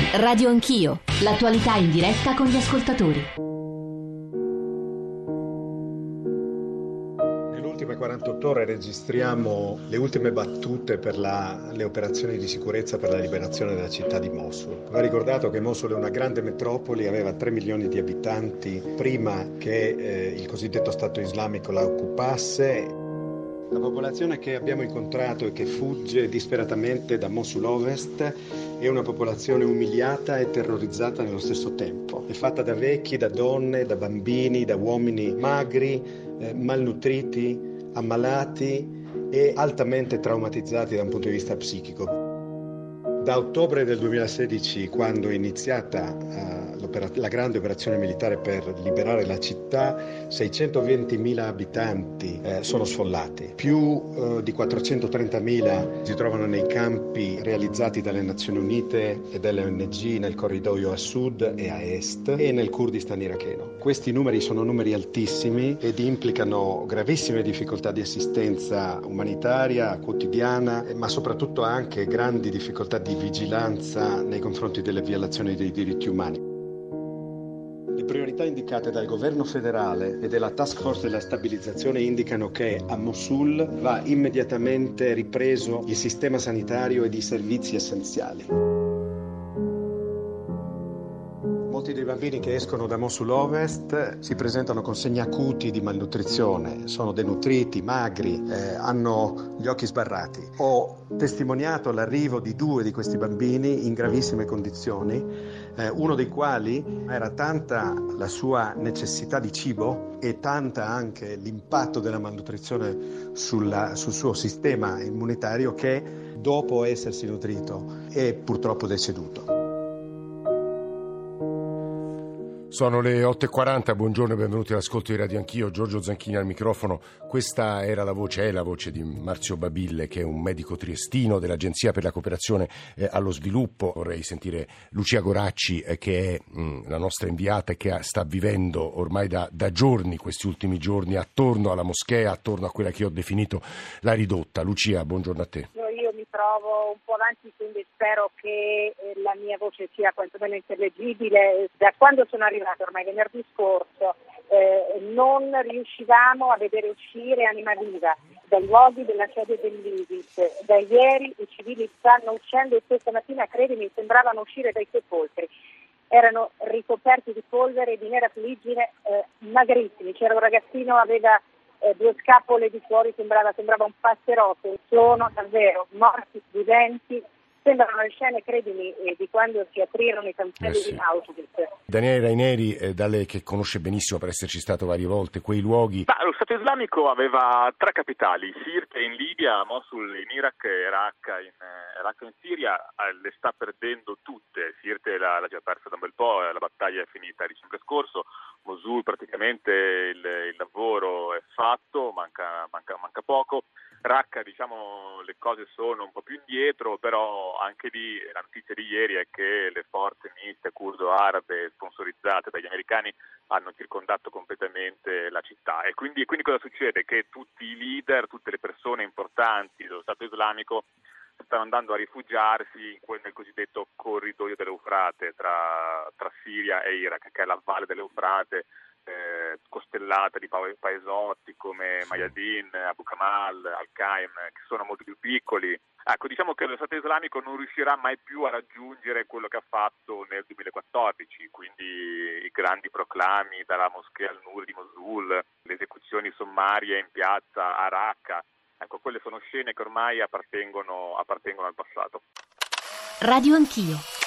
Radio Anch'io, l'attualità in diretta con gli ascoltatori. Nelle ultime 48 ore registriamo le ultime battute per le operazioni di sicurezza per la liberazione della città di Mosul. Va ricordato che Mosul è una grande metropoli, aveva 3 milioni di abitanti prima che il cosiddetto Stato islamico la occupasse. La popolazione che abbiamo incontrato e che fugge disperatamente da Mosul Ovest è una popolazione umiliata e terrorizzata nello stesso tempo. È fatta da vecchi, da donne, da bambini, da uomini magri, malnutriti, ammalati e altamente traumatizzati da un punto di vista psichico. Da ottobre del 2016, quando è iniziata la grande operazione militare per liberare la città, 620.000 abitanti sono sfollati. Più di 430.000 si trovano nei campi realizzati dalle Nazioni Unite e dalle ONG nel corridoio a sud e a est e nel Kurdistan iracheno. Questi numeri sono numeri altissimi ed implicano gravissime difficoltà di assistenza umanitaria quotidiana, ma soprattutto anche grandi difficoltà di vigilanza nei confronti delle violazioni dei diritti umani. Le priorità indicate dal governo federale e della task force della stabilizzazione indicano che a Mosul va immediatamente ripreso il sistema sanitario ed i servizi essenziali. Molti dei bambini che escono da Mosul Ovest si presentano con segni acuti di malnutrizione, sono denutriti, magri, hanno gli occhi sbarrati. Ho testimoniato l'arrivo di 2 di questi bambini in gravissime condizioni, uno dei quali era tanta la sua necessità di cibo e tanta anche l'impatto della malnutrizione sul suo sistema immunitario che dopo essersi nutrito è purtroppo deceduto. Sono le 8.40, buongiorno e benvenuti all'ascolto di Radio Anch'io, Giorgio Zanchini al microfono. Questa è la voce di Marzio Babille, che è un medico triestino dell'Agenzia per la cooperazione allo sviluppo. Vorrei sentire Lucia Goracci, che è la nostra inviata e che sta vivendo ormai da giorni, questi ultimi giorni, attorno alla moschea, attorno a quella che ho definito la ridotta. Lucia, buongiorno a te. Io mi trovo un po' avanti, quindi spero che la mia voce sia quantomeno intellegibile. Da quando sono arrivata ormai venerdì scorso non riuscivamo a vedere uscire anima viva dai luoghi della sede dell'ISIS. Da ieri i civili stanno uscendo e questa mattina, credimi, sembravano uscire dai sepolcri. Erano ricoperti di polvere e di nera fuliggine, magrissimi. C'era un ragazzino, aveva 2 scapole di fuori, sembrava un passerotto. Sono davvero morti viventi. Sembrano le scene, credimi, di quando si aprirono i cancelli di Auschwitz. Daniele Raineri, da lei che conosce benissimo per esserci stato varie volte quei luoghi. Lo Stato islamico aveva 3 capitali, Sirte in Libia, Mosul in Iraq e Raqqa in Siria. Le sta perdendo tutte. Sirte l'ha già persa da un bel po', la battaglia è finita a dicembre scorso. Mosul praticamente il lavoro è fatto, manca poco. Raqqa, le cose sono un po' più indietro, però anche lì la notizia di ieri è che le forze miste curdo-arabe sponsorizzate dagli americani hanno circondato completamente la città. E quindi cosa succede? Che tutti i leader, tutte le persone importanti dello Stato islamico stanno andando a rifugiarsi nel cosiddetto corridoio dell'Eufrate tra Siria e Iraq, che è la valle dell'Eufrate, costellata di paesotti come Mayadin, Abu Kamal, Al-Qaim, che sono molto più piccoli. Ecco, diciamo che lo Stato islamico non riuscirà mai più a raggiungere quello che ha fatto nel 2014, quindi i grandi proclami dalla moschea al-Nur di Mosul, le esecuzioni sommarie in piazza a Raqqa. Ecco, quelle sono scene che ormai appartengono al passato. Radio Anch'io.